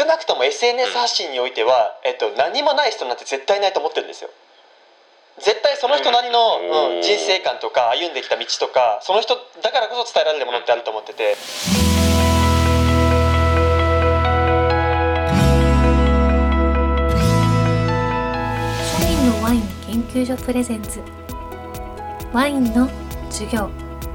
少なくとも SNS 発信においては、何もない人なんて絶対ないと思ってるんですよ。絶対その人なりの、人生観とか歩んできた道とか、その人だからこそ伝えられるものってあると思ってて、 庶民のワイン研究所プレゼンツワインの授業。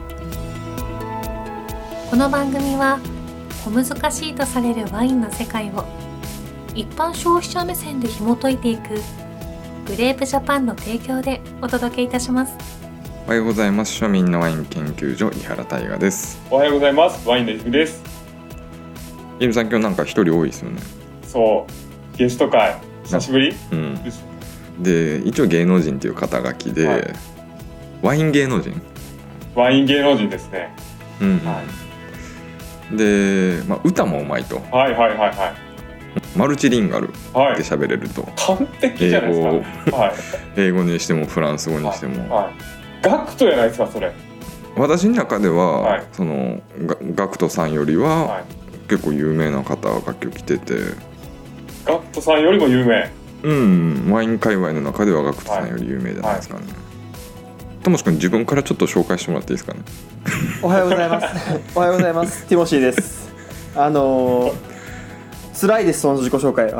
この番組は小難しいとされるワインの世界を一般消費者目線で紐解いていくグレープジャパンの提供でお届けいたします。 おはようございます。庶民のワイン研究所井原大我です。 おはようございます。ワインの泉です。 泉さん、今日なんか一人多いですよね。 そうゲスト会久しぶり、 で一応芸能人という肩書きで、ワイン芸能人ですね。 で、歌もうまいと、マルチリンガルで喋れると、 完璧じゃないですか。 英語にしてもフランス語にしても、 ガクトじゃないですかそれ。 私の中では、そのガクトさんよりは、結構有名な方が楽曲来てて、 ガクトさんよりも有名。 ワイン界隈の中ではガクトさんより有名じゃないですかね。ともしくん、自分からちょっと紹介してもらっていいですかね。 おはようございますおはようございます。ティモシーです。辛いです、その自己紹介は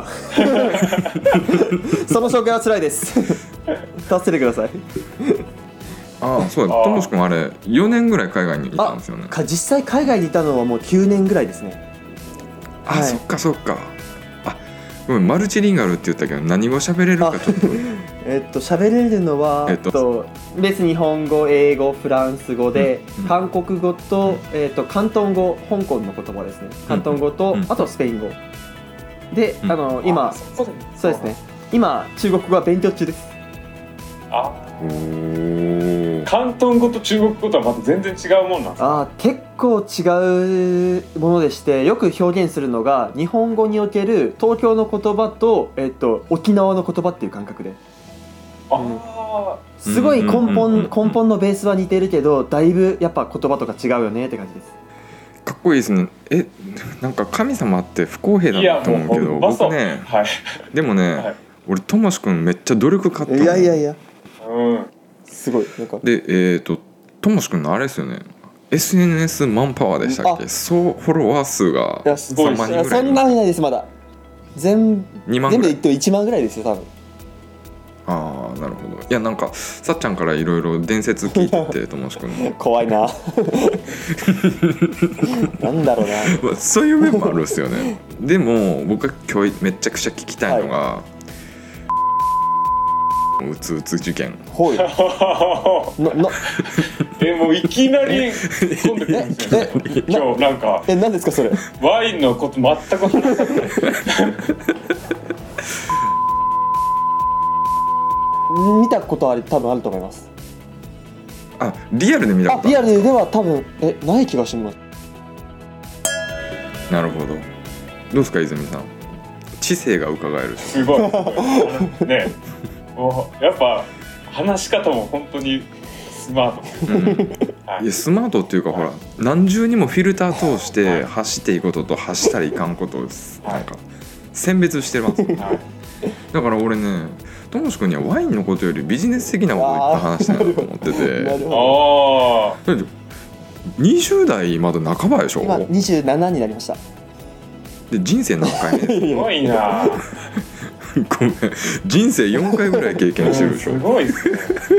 その紹介は辛いです助けてください。 そうだ、ともしくんあれ4年ぐらい海外にいたんですよね。 実際海外にいたのはもう9年ぐらいですね。 そっかそっか。ごめん、マルチリンガルって言ったけど何語喋れるかちょっと喋れるのは、ベース日本語、英語、フランス語で、韓国語と、広東語、香港の言葉ですね。広東語と、あとスペイン語で、今そうですね、今中国語は勉強中です。 広東語と中国語とはまた全然違うもんなんですか？ 結構違うものでして、よく表現するのが日本語における東京の言葉と、沖縄の言葉っていう感覚で、すごい根本のベースは似てるけど、だいぶやっぱ言葉とか違うよねって感じです。 かっこいいですね。なんか神様って不公平だと思うけど、僕ね、でもね、俺ともしくんめっちゃ努力家ったの。 いやすごいなんかで、ともしくんのあれですよね、 SNS マンパワーでしたっけ。フォロワー数が3万人ぐらい。 そんなにないです。まだ全部で言って1万ぐらいですよ多分。 なるほど。いや、なんかさっちゃんからいろいろ伝説聞いててともしくんの怖いななんだろうなそういう面もあるんですよね。でも僕が今日めちゃくちゃ聞きたいのが、うつうつ事件。 ほいもういきなり突っ込んでくるんですよね。今日なんか何ですかそれ。 ワインのこと全く話さない見たこと多分あると思います。 リアルで見たことある。 リアルでは多分ない気がします。 なるほど。どうですか泉さん、知性が伺える。 すごいね。やっぱ話し方も本当にスマート、 いやスマートっていうか、ほら何重にもフィルター通して走っていいことと走したらいかんことをなんか選別してます、だから俺ね、ともしくんにはワインのことよりビジネス的なことをいっぱい話したいなと思ってて20代まだ半ばでしょ。 今27になりました。 で人生何回目すごいなごめん、人生4回ぐらい経験してるでしょ。 すごいですね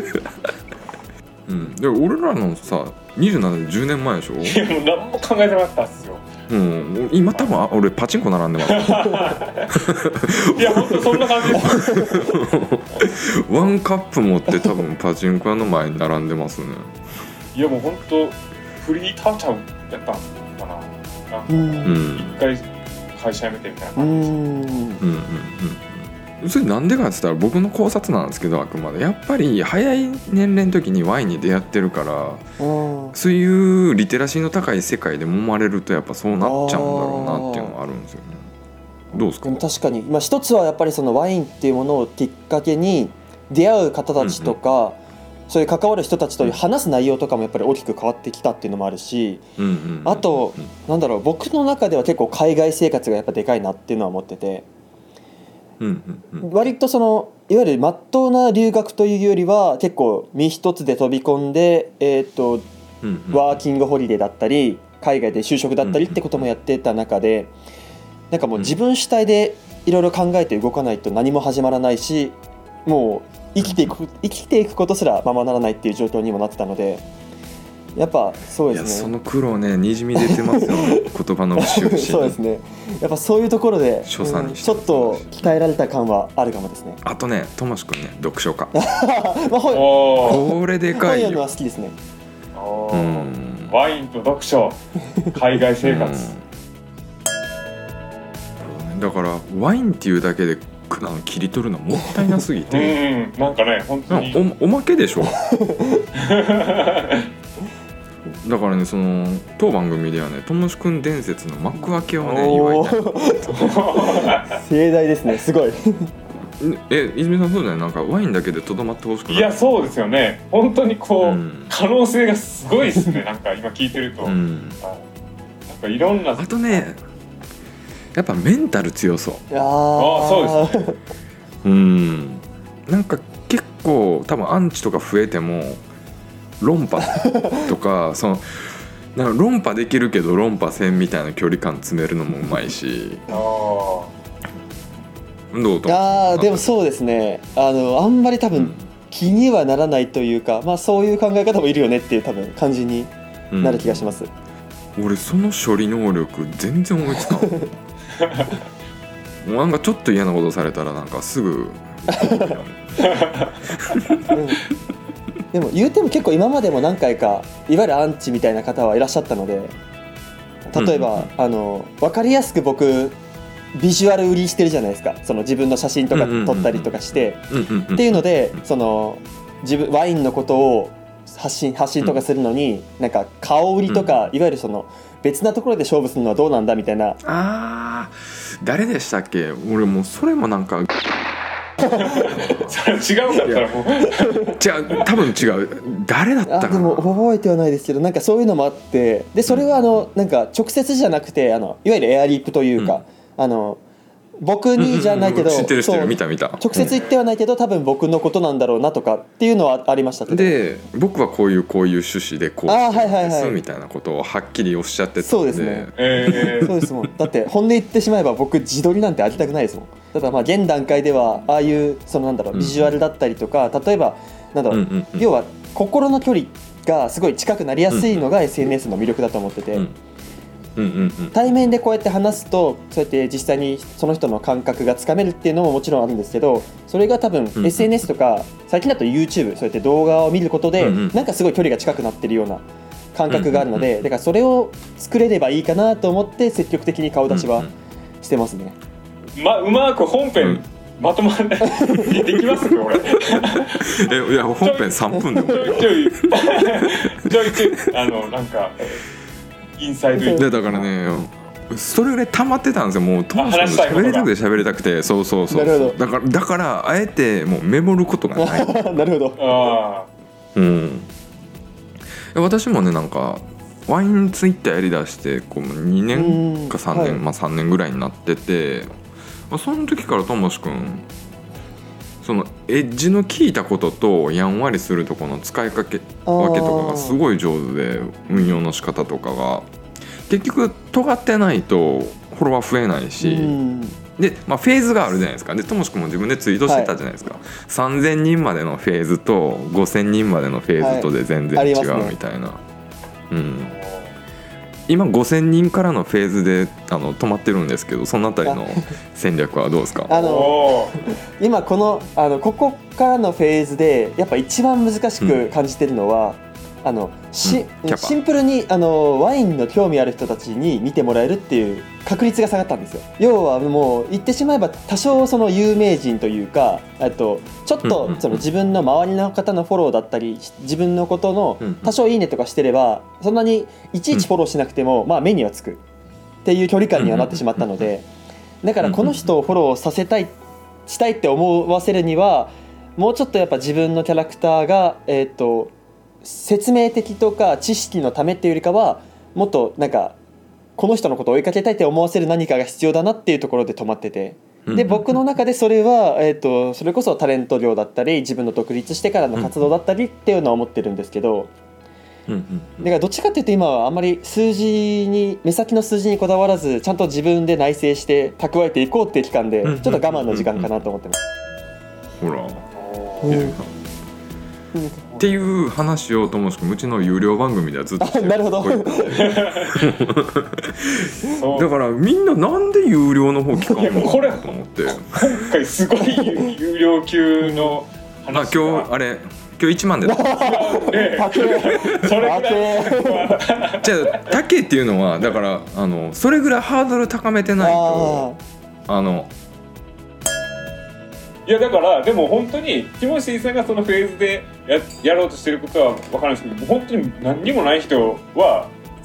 で俺らのさ27で10年前でしょ。 いやもう何も考えてなかったっすよ。 今多分俺パチンコ並んでますいや本当そんな感じですワンカップ持って多分パチンコ屋の前に並んでますね。 いやもう本当フリーターちゃんやったんかな。一回会社辞めてみたいな感じです。 それなんでかって言ったら僕の考察なんですけど、あくまでやっぱり早い年齢の時にワインに出会ってるから、そういうリテラシーの高い世界で揉まれるとやっぱそうなっちゃうんだろうなっていうのがあるんですよね。どうですか。 確かに、一つはやっぱりそのワインっていうものをきっかけに出会う方たちとか、 そういう関わる人たちと話す内容とかもやっぱり大きく変わってきたっていうのもあるし、あとなんだろう、僕の中では結構海外生活がやっぱでかいなっていうのは思ってて、割とそのいわゆる真っ当な留学というよりは結構身一つで飛び込んで、ワーキングホリデーだったり海外で就職だったりってこともやってた中で、なんかもう自分主体でいろいろ考えて動かないと何も始まらないし、もう生きていくことすらままならないっていう状況にもなってたので、やっぱそうですね。 いやその苦労ねにじみ出てますよ言葉の節々に。 そうですね。やっぱそういうところで、ちょっと鍛えられた感はあるかもですね。 あとね、トマシ君ね、読書家。 これでかいよ。 本読むのは好きですね。 ワインと読書、海外生活。 だからワインっていうだけで切り取るのもったいなすぎて、 なんかね本当におまけでしょだからね、その当番組ではね、ともしくん伝説の幕開けをね祝いたい。 盛大ですね、すごい。 泉さんそうじゃない？なんかワインだけでとどまってほしくない？ いやそうですよね、本当にこう、可能性がすごいですね。なんか今聞いてると、なんかいろんな、 あとねやっぱメンタル強そう。 そうですね。 なんか結構多分アンチとか増えても論破とかそのなんか論破できるけど論破せんみたいな距離感詰めるのもうまいし。どうと？ でもそうですね。あんまり多分気にはならないというか、まあそういう考え方もいるよねっていう多分感じになる気がします。 俺その処理能力全然思いつかん。もうなんかちょっと嫌なことされたらなんかすぐでも言うても結構今までも何回かいわゆるアンチみたいな方はいらっしゃったので、例えば、分かりやすく僕ビジュアル売りしてるじゃないですか。その自分の写真とか撮ったりとかしてっていうので、そのワインのことを発信とかするのに、なんか顔売りとか、いわゆるその別なところで勝負するのはどうなんだみたいな。 誰でしたっけ？俺もうそれもなんかそれ違うかったらもう多分違う。誰だったかな。 でも覚えてはないですけど、なんかそういうのもあって、でそれはなんか直接じゃなくていわゆるエアリップというか、僕にじゃないけど、 知ってる見た直接言ってはないけど、多分僕のことなんだろうなとかっていうのはありましたけど、 で僕はこういう趣旨でこうしてるんですみたいなことをはっきりおっしゃってたんで。 そうですね、そうですもん。だって本音言ってしまえば僕自撮りなんてありたくないですもん。ただまあ現段階ではああいうそのなんだろうビジュアルだったりとか、例えばなんだろう、要は心の距離がすごい近くなりやすいのが SNS の魅力だと思ってて、対面でこうやって話すとそうやって実際にその人の感覚がつかめるっていうのももちろんあるんですけど、それが多分 SNS とか最近だと YouTube、 そうやって動画を見ることでなんかすごい距離が近くなってるような感覚があるので、だからそれを作れればいいかなと思って積極的に顔出しはしてますね。 うまく本編まとまらないできますかこれ。 いや本編3分でもちょいなんかインサイドだからね、それぐらい溜まってたんですよ。もうトマス君と喋りたくてそうだからあえてもうメモることがない。 なるほど。 私もね、なんかワインツイッターやりだしてこう2年か3年、3年ぐらいになってて、その時からトマス君そのエッジの効いたこととやんわりするとこの使い分けとかがすごい上手で、運用の仕方とかが結局尖ってないとフォロワー増えないし、で、フェーズがあるじゃないですか。でともしくんも自分でツイートしてたじゃないですか、3000人までのフェーズと5000人までのフェーズとで全然違うみたいな、今5000人からのフェーズで止まってるんですけど、そのあたりの戦略はどうですか？ 今ここからのフェーズでやっぱ一番難しく感じてるのは、シンプルにワインの興味ある人たちに見てもらえるっていう確率が下がったんですよ。要はもう言ってしまえば多少その有名人というか、ちょっとその自分の周りの方のフォローだったり自分のことの多少いいねとかしてれば、そんなにいちいちフォローしなくても目にはつくっていう距離感にはなってしまったので、だからこの人をフォローしたいって思わせるにはもうちょっとやっぱ自分のキャラクターが、説明的とか知識のためっていうよりかはもっとなんかこの人のことを追いかけたいって思わせる何かが必要だなっていうところで止まってて、で僕の中でそれは、それこそタレント業だったり自分の独立してからの活動だったりっていうのは思ってるんですけど、だからどっちかっていうと今はあんまり目先の数字にこだわらずちゃんと自分で内省して蓄えていこうっていう期間でちょっと我慢の時間かなと思ってます。 ほら、っていう話をともしくんうちの有料番組ではずっとしてる。 なるほど。 だからみんななんで有料の方聞かんのかなと思って。 今回すごい有料級の話が。 今日1万で。 それぐらい。 じゃあ高っていうのはだからそれぐらいハードル高めてないといやだからでも本当にティモシーさんがそのフェーズでやろうとしてることは分かるんですけど、本当に何にもない人は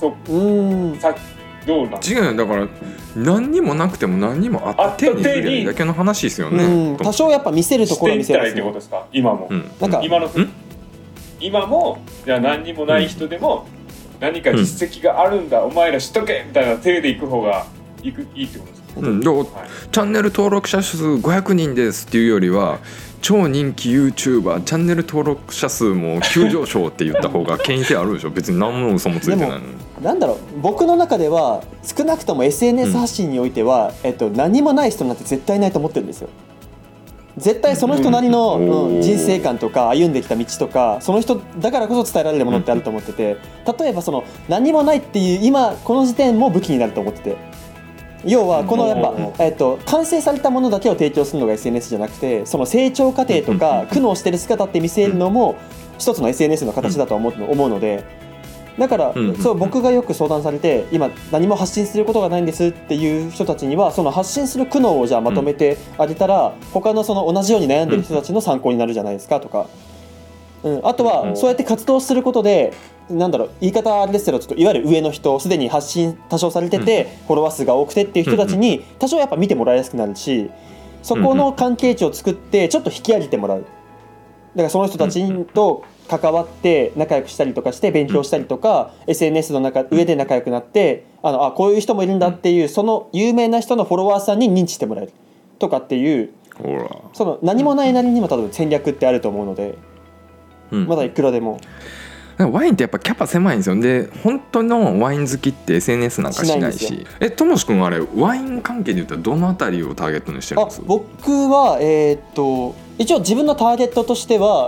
どうなん違うよ。だから何にもなくても何にもあってにするやだけの話ですよね。 多少やっぱ見せるところは見せるってことですか今も、 なんか今もじゃあ何にもない人でも何か実績があるんだ、お前らしとけみたいな手でいく方がいいってことですか。 チャンネル登録者数500人ですっていうよりは超人気 YouTuber チャンネル登録者数も急上昇って言った方が権威性あるでしょ。別に何も嘘もついてないのに。 なんだろう、僕の中では少なくとも SNS 発信においては、何もない人なんて絶対ないと思ってるんですよ。絶対その人なりの、人生観とか歩んできた道とかその人だからこそ伝えられるものってあると思ってて、例えばその何もないっていう今この時点も武器になると思ってて、要はこのやっぱ、完成されたものだけを提供するのが SNS じゃなくて、その成長過程とか苦悩してる姿って見せるのも一つの SNS の形だと思うので、だからそう僕がよく相談されて今何も発信することがないんですっていう人たちにはその発信する苦悩をじゃあまとめてあげたら他のその同じように悩んでる人たちの参考になるじゃないですかとか、あとはそうやって活動することでなんだろう、言い方あれですけどちょっといわゆる上の人すでに発信多少されててフォロワー数が多くてっていう人たちに多少やっぱ見てもらいやすくなるし、そこの関係値を作ってちょっと引き上げてもらう。だからその人たちと関わって仲良くしたりとかして勉強したりとか SNS の上で仲良くなってこういう人もいるんだっていうその有名な人のフォロワーさんに認知してもらえるとかっていうその何もないなりにも多分戦略ってあると思うので、まだいくらでも。 ワインってやっぱキャパ狭いんですよ。で本当のワイン好きって SNS なんかしないし。ともしくんはあれワイン関係で言ったらどのあたりをターゲットにしてるんですか。 僕は一応自分のターゲットとしては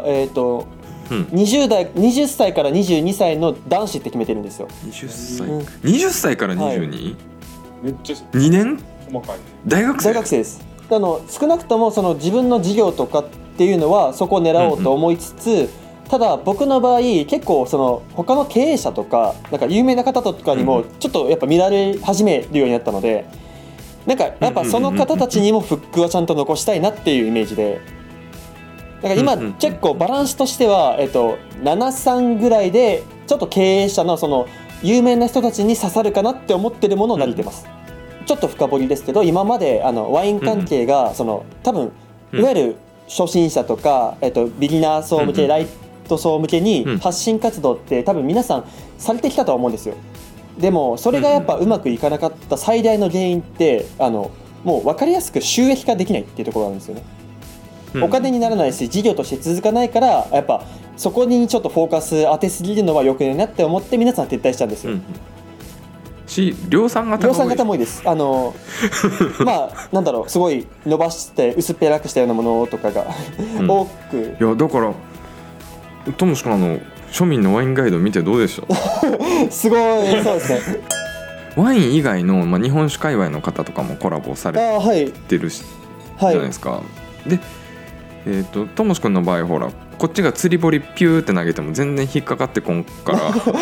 20歳から22歳の男子って決めてるんですよ。 20歳から 22？ めっちゃ 2年細かい。 大学生です。少なくともその自分の事業とかっていうのはそこを狙おうと思いつつ、ただ僕の場合結構その他の経営者とかなんか有名な方とかにもちょっとやっぱ見られ始めるようになったので、なんかやっぱその方たちにもフックはちゃんと残したいなっていうイメージで、だから今結構バランスとしては7-3ぐらいでちょっと経営者のその有名な人たちに刺さるかなって思ってるものを投げてます。ちょっと深掘りですけど、今までワイン関係がその多分いわゆる初心者とかビギナー層向けライト層向けに発信活動って多分皆さんされてきたとは思うんですよ。でもそれがやっぱうまくいかなかった最大の原因ってもう分かりやすく収益化できないっていうところなんですよね。お金にならないし事業として続かないから、やっぱそこにちょっとフォーカス当てすぎるのは良くないなって思って皆さん撤退したんですよ。 量産型もいいです。まあなんだろう、すごい伸ばして薄っぺらくしたようなものとかが多く。 いやだからともしくん庶民のワインガイド見てどうでしたすごい、そうですね。 ワイン以外の、日本酒界隈の方とかもコラボされてるじゃないですか。でともしくんの場合ほらこっちが釣り堀ピューって投げても全然引っかかってこんからなんて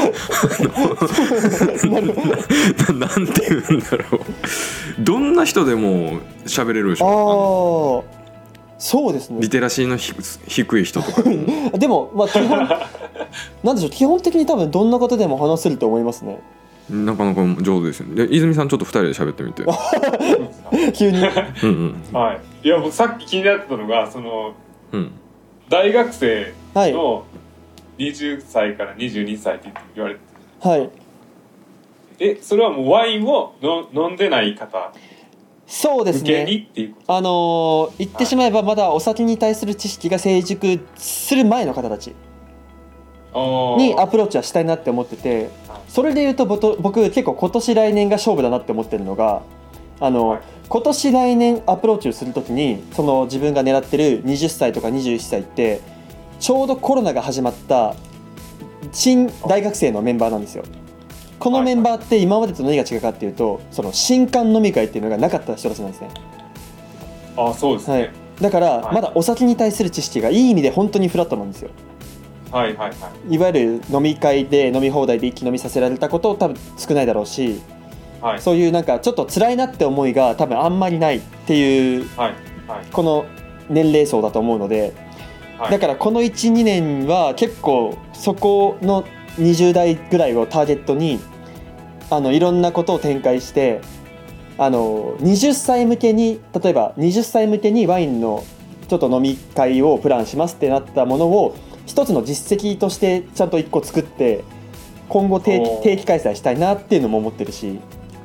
言うんだろう、どんな人でも喋れるでしょ。 そうですね。 リテラシーの低い人とかでも基本なんでしょう、基本的に多分どんなことでも話せると思いますね。 なかなか上手ですよね。泉さんちょっと2人で喋ってみて急にはい。いや僕さっき気になってたのがその、 大学生はいの20歳から22歳って言われてはいそれはもうワインを飲んでない方そうです向けにね。 っていうこと言ってしまえばまだお酒に対する知識が成熟する前の方たちにアプローチはしたいなって思ってて、それで言うと僕結構今年来年が勝負だなって思ってるのが今年来年アプローチをするときにその自分が狙ってる20歳とか21歳ってちょうどコロナが始まった新大学生のメンバーなんですよ。このメンバーって今までと何が違うかっていうとその新歓飲み会っていうのがなかった人たちなんですね。 そうですね、 はい、だからまだお酒に対する知識がいい意味で本当にフラットなんですよ。 はいはいはい。 いわゆる飲み会で飲み放題で一気飲みさせられたこと多分少ないだろうし、 はい、 そういうなんかちょっと辛いなって思いが多分あんまりないっていう、 はいはい、 この年齢層だと思うので、はい、だからこの 1,2 年は結構そこの20代ぐらいをターゲットにいろんなことを展開して20歳向けに例えば20歳向けにワインのちょっと飲み会をプランしますってなったものを一つの実績としてちゃんと1個作って今後定期開催したいなっていうのも思ってるし、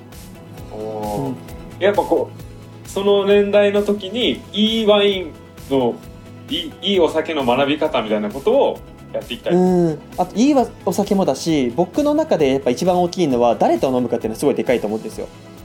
やっぱこうその年代の時にいいワインのいいお酒の学び方みたいなことをやっていきたい。 あといいお酒もだし僕の中でやっぱ一番大きいのは誰と飲むかっていうのはすごいでかいと思うんですよ。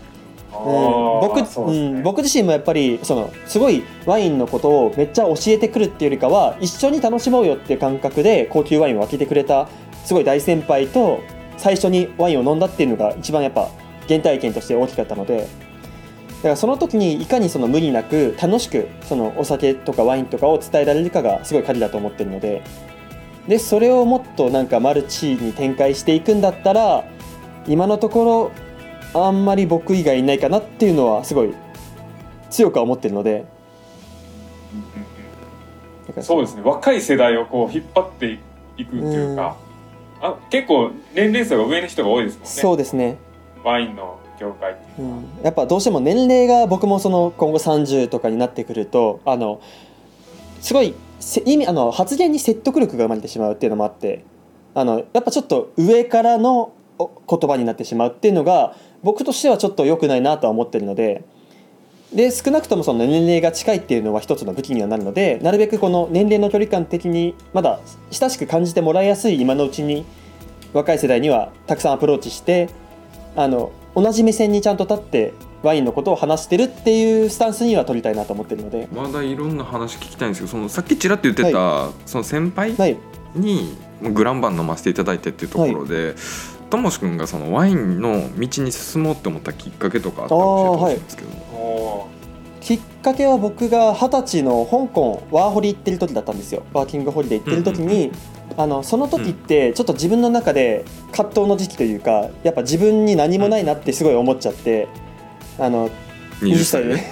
僕自身もやっぱりすごいワインのことをめっちゃ教えてくるっていうよりかは一緒に楽しもうよっていう感覚で高級ワインを開けてくれたすごい大先輩と最初にワインを飲んだっていうのが一番やっぱ原体験として大きかったので、だからその時にいかに無理なく楽しくお酒とかワインとかを伝えられるかがすごい鍵だと思ってるので、それをもっとなんかマルチに展開していくんだったら今のところあんまり僕以外いないかなっていうのはすごい強くは思ってるので、 そうですね、若い世代をこう引っ張っていくっていうか、結構年齢層が上の人が多いですもんね。そうですね、ワインの業界っていうのは、 やっぱどうしても年齢が僕も今後30とかになってくるとすごい発言に説得力が生まれてしまうっていうのもあってやっぱちょっと上からの言葉になってしまうっていうのが僕としてはちょっと良くないなとは思ってるので、少なくともその年齢が近いっていうのは一つの武器にはなるので、なるべくこの年齢の距離感的にまだ親しく感じてもらいやすい今のうちに若い世代にはたくさんアプローチして同じ目線にちゃんと立ってワインのことを話してるっていうスタンスには取りたいなと思ってるので、 まだいろんな話聞きたいんですけど、さっきちらっと言ってた、その先輩にグランバン飲ませていただいてっていうところで、ともし君がワインの道に進もうって思ったきっかけとかあったら教えてほしいんですけど。 きっかけは僕が20歳の香港ワーホリ行ってる時だったんですよ。ワーキングホリデー行ってる時に、その時ってちょっと自分の中で葛藤の時期というか、やっぱ自分に何もないなってすごい思っちゃって、 20歳で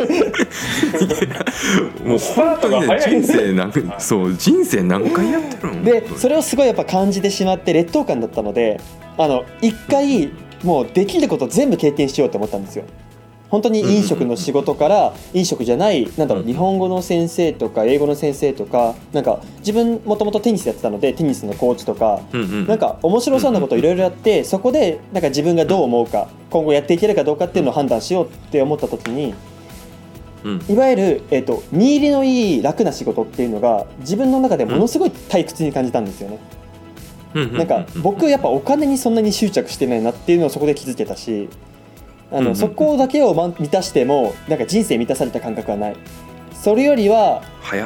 もう本当にね、人生何回やってるので、それをすごいやっぱ感じてしまって劣等感だったので、一回もうできること全部経験しようと思ったんですよ。本当に飲食の仕事から飲食じゃない日本語の先生とか英語の先生とか、自分もともとテニスやってたのでテニスのコーチとか、面白そうなことをいろいろやって、そこで自分がどう思うか、今後やっていけるかどうかっていうのを判断しようって思った時に、いわゆる、見入りのいい楽な仕事っていうのが自分の中でものすごい退屈に感じたんですよね。僕やっぱお金にそんなに執着してないなっていうのをそこで気づけたし、そこだけを満たしても人生満たされた感覚はない。それよりは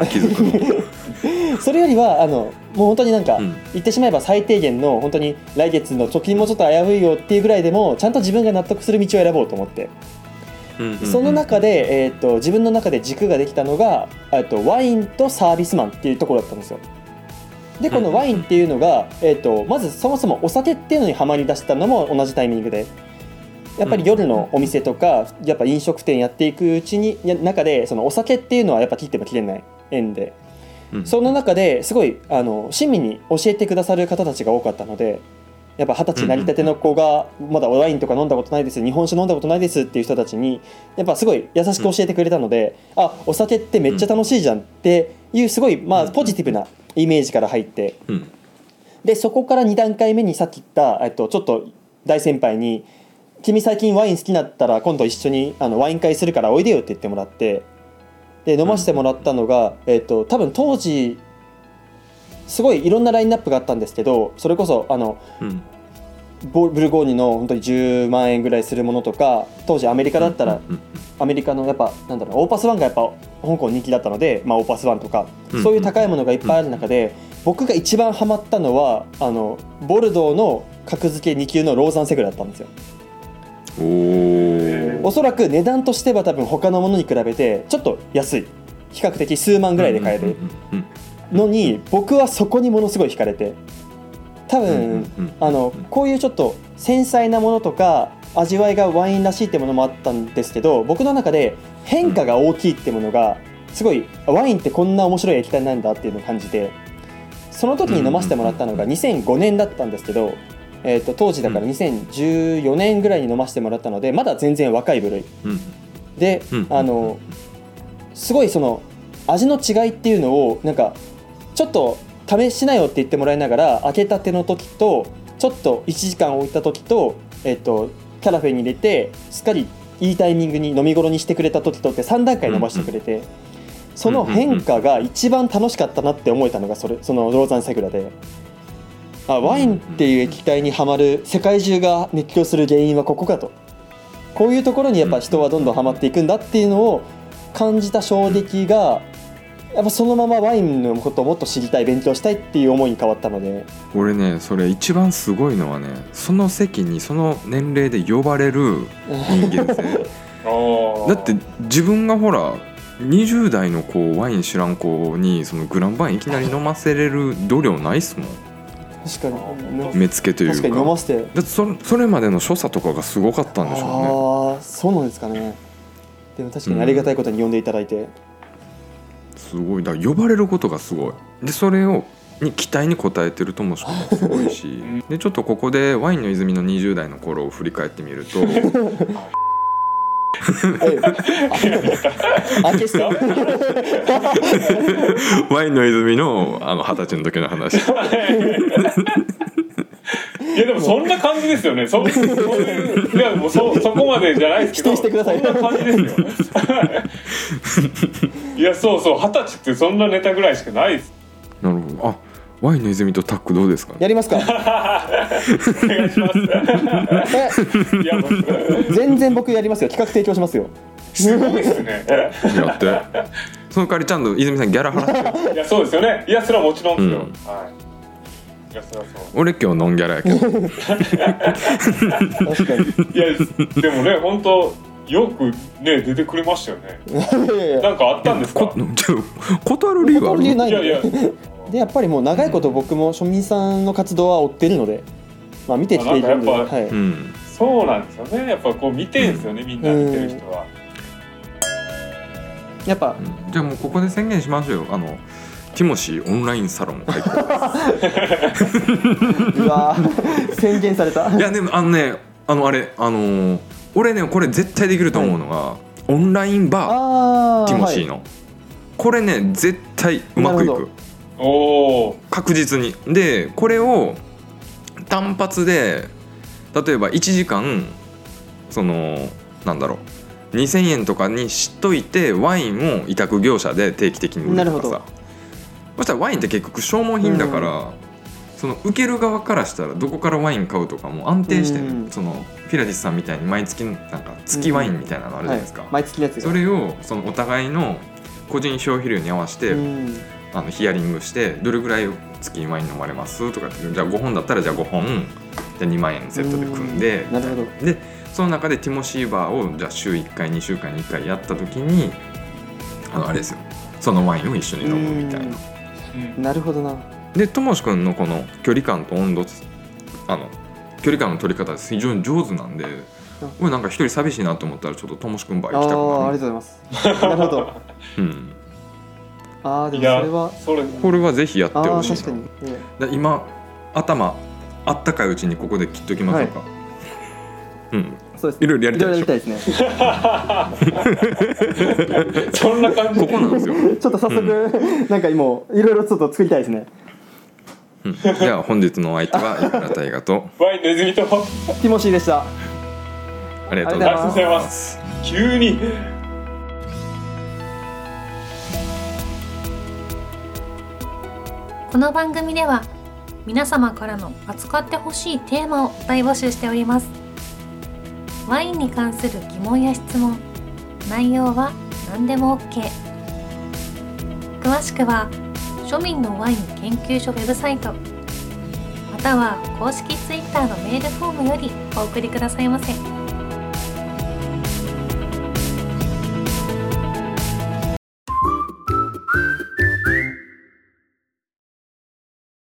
それよりはもう本当に言ってしまえば最低限の本当に来月の貯金もちょっと危ういよっていうぐらいでもちゃんと自分が納得する道を選ぼうと思って、その中で、自分の中で軸ができたのがワインとサービスマンっていうところだったんですよ。でこのワインっていうのが、まずそもそもお酒っていうのにはまりだしたのも同じタイミングで、やっぱり夜のお店とかやっぱ飲食店やっていくうちに中でお酒っていうのはやっぱ切っても切れない縁で、その中ですごい親身に教えてくださる方たちが多かったので、 やっぱ20歳なりたての子がまだワインとか飲んだことないです、日本酒飲んだことないですっていう人たちにやっぱすごい優しく教えてくれたので、あ、お酒ってめっちゃ楽しいじゃんっていうすごいまあポジティブなイメージから入って、でそこから2段階目にさっき言ったちょっと大先輩に君最近ワイン好きになったら今度一緒にワイン会するからおいでよって言ってもらって、で飲ませてもらったのが、多分当時すごいいろんなラインナップがあったんですけど、それこそブルゴーニュの本当に10万円ぐらいするものとか、当時アメリカだったらアメリカのやっぱなんだろう、オーパスワンがやっぱ香港人気だったので、まあ、オーパスワンとかそういう高いものがいっぱいある中で、僕が一番ハマったのはボルドーの格付け2級のローザンセグラだったんですよ。おそらく値段としては多分他のものに比べてちょっと安い、比較的数万ぐらいで買えるのに、僕はそこにものすごい惹かれて、多分こういうちょっと繊細なものとか味わいがワインらしいってものもあったんですけど、僕の中で変化が大きいってものがすごい、ワインってこんな面白い液体なんだっていうのを感じて、その時に飲ませてもらったのが2005年だったんですけど、当時だから2014年ぐらいに飲ませてもらったので、まだ全然若い部類で、すごいその味の違いっていうのをなんかちょっと試しなよって言ってもらいながら、開けたての時とちょっと1時間置いた時と、キャラフェに入れてすっかりいいタイミングに飲み頃にしてくれた時とって3段階飲ませてくれて、その変化が一番楽しかったなって思えたのがそのローザンセグラで、ワインっていう液体にはまる世界中が熱狂する原因はここかと、こういうところにやっぱ人はどんどんはまっていくんだっていうのを感じた衝撃が、やっぱそのままワインのことをもっと知りたい、勉強したいっていう思いに変わったので、 俺ね、それ一番すごいのはね、その席にその年齢で呼ばれる人間性だって自分がほら20代の子、ワイン知らん子にそのグランバインいきなり飲ませれる度量ないっすもん。 確かに目つけというか、 確かに飲ませて、 だってそれまでの所作とかがすごかったんでしょうね。 ああ、そうなんですかね。でも確かにありがたいことに呼んでいただいて、 すごい、だから呼ばれることがすごいで、それをに期待に応えてるともしくもすごいしで、ちょっとここでワインの泉の20代の頃を振り返ってみるとワインの泉の20歳の時の話いやでもそんな感じですよね。いやもうそこまでじゃないですけど、 否定してください。 そんな感じですよ。いやそうそう、20歳ってそんなネタぐらいしかないです。 なるほど。あ、ワインの泉とタッグどうですか？ やりますか？ お願いします。いや全然僕やりますよ。企画提供しますよ。 すごいですね。 やって。その代わりちゃんと泉さんギャラ払って。 いやそうですよね。いやそれはもちろんですよ。はい。 俺今日ノンギャラやけど確かに。 いやでもね、本当よくね出てくれましたよね。なんかあったんですか？ 断る理由はあるの？ ないので、やっぱりもう長いこと僕も庶民さんの活動は追ってるので、まあ見てきているので、はい、 そうなんですよね。やっぱこう見てるんですよね、みんな見てる人は。 やっぱ、 じゃあもうここで宣言しましょうよ。ティモシーオンラインサロン開講うわ宣言された。 いやでもあれ俺ねこれ絶対できると思うのが、はい、オンラインバーティモシーの、はい、これね絶対うまくいく。確実に。でこれを単発で例えば1時間なんだろう2000円とかにしといてワインを委託業者で定期的に売るとかさ。そしたらワインって結局消耗品だから、その受ける側からしたらどこからワイン買うとかも安定してね、そのピラティスさんみたいに毎月なんか月ワインみたいなのあるじゃないですか、 毎月のやつがそれをそのお互いの個人消費量に合わせてヒアリングしてどれぐらい月にワイン飲まれますとかって、じゃあ5本だったらじゃあ5本じゃあ2万円セットで組んで、 なるほど。 でその中でティモシーバーをじゃあ週1回2週間に1回やった時にあれですよ、そのワインを一緒に飲むみたいな。 なるほどな。 でともしくんのこの距離感と温度距離感の取り方非常に上手なんで、俺なんか一人寂しいなと思ったらちょっとともしくんバー行きたくなる。 ありがとうございます。なるほど。 うん。 でもそれはこれはぜひやってほしいな。 確かに。 今頭あったかいうちにここで切っときましょうか、 そうです。 いろいろやりたいでしょ。 ですね。 そんな感じ。 ここなんですよ。 ちょっと早速、なんか今いろいろちょっと作りたいですね。 じゃあ本日のお相手は井原大河とワインネズミとティモシーでした。 ありがとうございありがとうございま。 ますす。急に。 この番組では皆様からの扱ってほしいテーマを大募集しております。ワインに関する疑問や質問、内容は何でも OK。 詳しくは庶民のワイン研究所ウェブサイトまたは公式 Twitter のメールフォームよりお送りくださいませ。